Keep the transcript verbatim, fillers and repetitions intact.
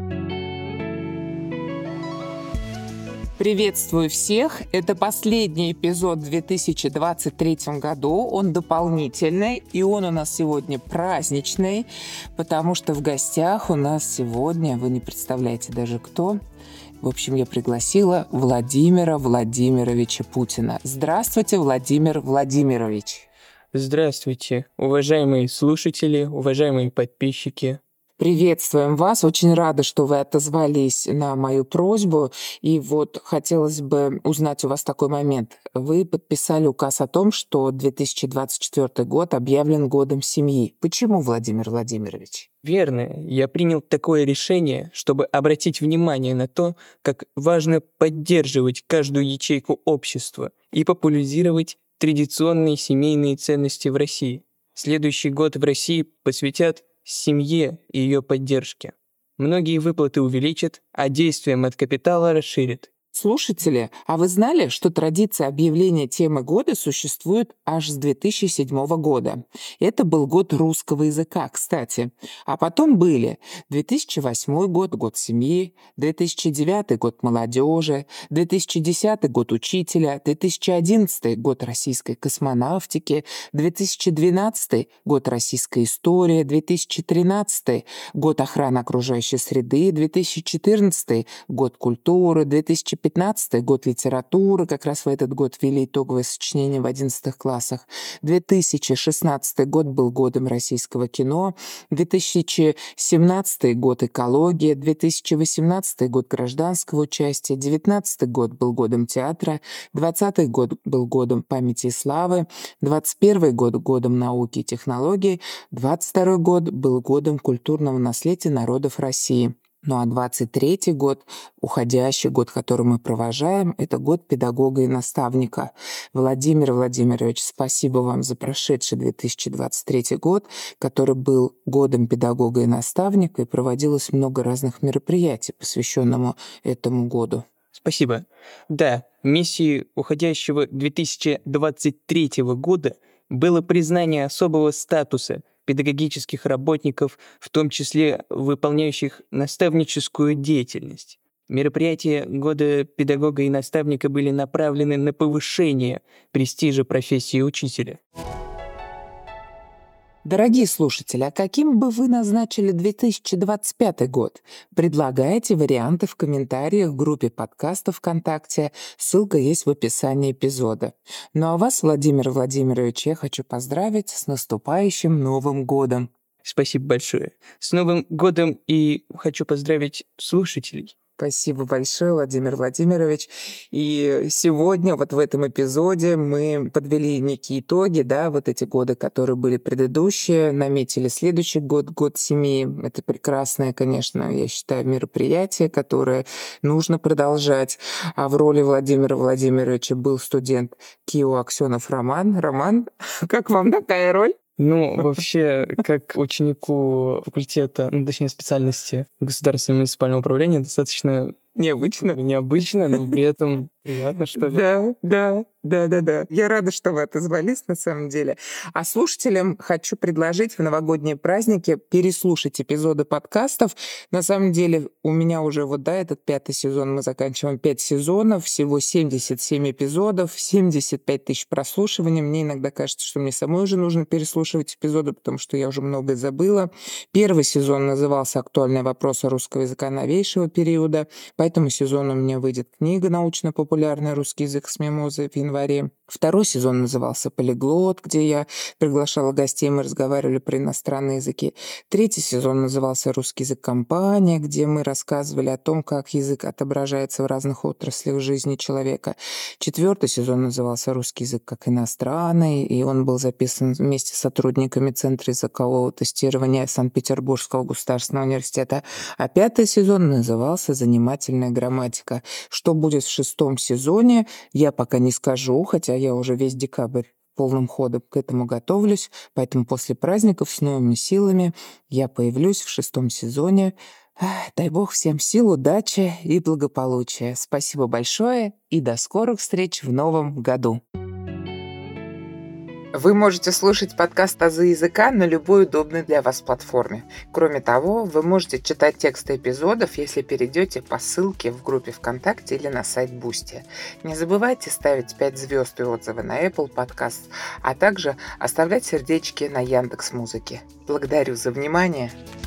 Приветствую всех! Это последний эпизод в две тысячи двадцать третьем году. Он дополнительный, и он у нас сегодня праздничный, потому что в гостях у нас сегодня, вы не представляете даже кто, в общем, я пригласила Владимира Владимировича Путина. Здравствуйте, Владимир Владимирович! Здравствуйте, уважаемые слушатели, уважаемые подписчики. Приветствуем вас. Очень рада, что вы отозвались на мою просьбу. И вот хотелось бы узнать у вас такой момент. Вы подписали указ о том, что две тысячи двадцать четвёртый год объявлен годом семьи. Почему, Владимир Владимирович? Верно, я принял такое решение, чтобы обратить внимание на то, как важно поддерживать каждую ячейку общества и популяризировать традиционные семейные ценности в России. Следующий год в России посвятят семье и ее поддержке. Многие выплаты увеличат, а действием от капитала расширят. Слушатели, а вы знали, что традиция объявления темы года существует аж с две тысячи седьмого года? Это был год русского языка, кстати. А потом были две тысячи восьмой год, год семьи, две тысячи девятый год молодежи, две тысячи десятый год учителя, две тысячи одиннадцатый год российской космонавтики, две тысячи двенадцатый год российской истории, две тысячи тринадцатый год охраны окружающей среды, две тысячи четырнадцатый год культуры, две тысячи пятнадцатый год литературы, как раз в этот год ввели итоговое сочинение в одиннадцатых классах. две тысячи шестнадцатый год был годом российского кино, две тысячи семнадцатый год экология, две тысячи восемнадцатый год гражданского участия, девятнадцатый год был годом театра, двадцатый год был годом памяти и славы, двадцать первый год годом науки и технологий, двадцать второй год был годом культурного наследия народов России. Ну а двадцать третий год, уходящий год, который мы провожаем, это год педагога и наставника. Владимир Владимирович, спасибо вам за прошедший две тысячи двадцать третий год, который был годом педагога и наставника, и проводилось много разных мероприятий, посвященному этому году. Спасибо. Да, миссией уходящего две тысячи двадцать третьего года было признание особого статуса педагогических работников, в том числе выполняющих наставническую деятельность. Мероприятия года педагога и наставника были направлены на повышение престижа профессии учителя. Дорогие слушатели, а каким бы вы назначили две тысячи двадцать пятый год? Предлагайте варианты в комментариях в группе подкастов ВКонтакте. Ссылка есть в описании эпизода. Ну а вас, Владимир Владимирович, я хочу поздравить с наступающим Новым годом. Спасибо большое. С Новым годом, и хочу поздравить слушателей. Спасибо большое, Владимир Владимирович. И сегодня вот в этом эпизоде мы подвели некие итоги, да, вот эти годы, которые были предыдущие, наметили следующий год, год семьи. Это прекрасное, конечно, я считаю, мероприятие, которое нужно продолжать. А в роли Владимира Владимировича был студент КИО Аксенов Роман. Роман, как вам такая роль? Ну, вообще, как ученику факультета, ну, точнее, специальности государственного муниципального управления, достаточно необычно. Необычно, но при этом приятно, что ли. Да, да, да, да, да. Я рада, что вы отозвались, на самом деле. А слушателям хочу предложить в новогодние праздники переслушать эпизоды подкастов. На самом деле у меня уже вот, да, этот пятый сезон, мы заканчиваем пять сезонов, всего семьдесят семь эпизодов, семьдесят пять тысяч прослушиваний. Мне иногда кажется, что мне самой уже нужно переслушивать эпизоды, потому что я уже многое забыла. Первый сезон назывался «Актуальные вопросы русского языка новейшего периода». По этому сезону у меня выйдет книга «Научно-популярный русский язык с мимозой» в январе. Второй сезон назывался «Полиглот», где я приглашала гостей, мы разговаривали про иностранные языки. Третий сезон назывался «Русский язык компания», где мы рассказывали о том, как язык отображается в разных отраслях жизни человека. Четвертый сезон назывался «Русский язык как иностранный», и он был записан вместе с сотрудниками Центра языкового тестирования Санкт-Петербургского государственного университета. А пятый сезон назывался «Занимательная грамматика». Что будет в шестом сезоне, я пока не скажу, хотя я уже весь декабрь полным ходом к этому готовлюсь, поэтому после праздников с новыми силами я появлюсь в шестом сезоне. Дай бог всем сил, удачи и благополучия. Спасибо большое и до скорых встреч в новом году. Вы можете слушать подкаст «Азы языка» на любой удобной для вас платформе. Кроме того, вы можете читать тексты эпизодов, если перейдете по ссылке в группе ВКонтакте или на сайт Boosty. Не забывайте ставить пять звезд и отзывы на Apple Podcast, а также оставлять сердечки на Яндекс.Музыке. Благодарю за внимание.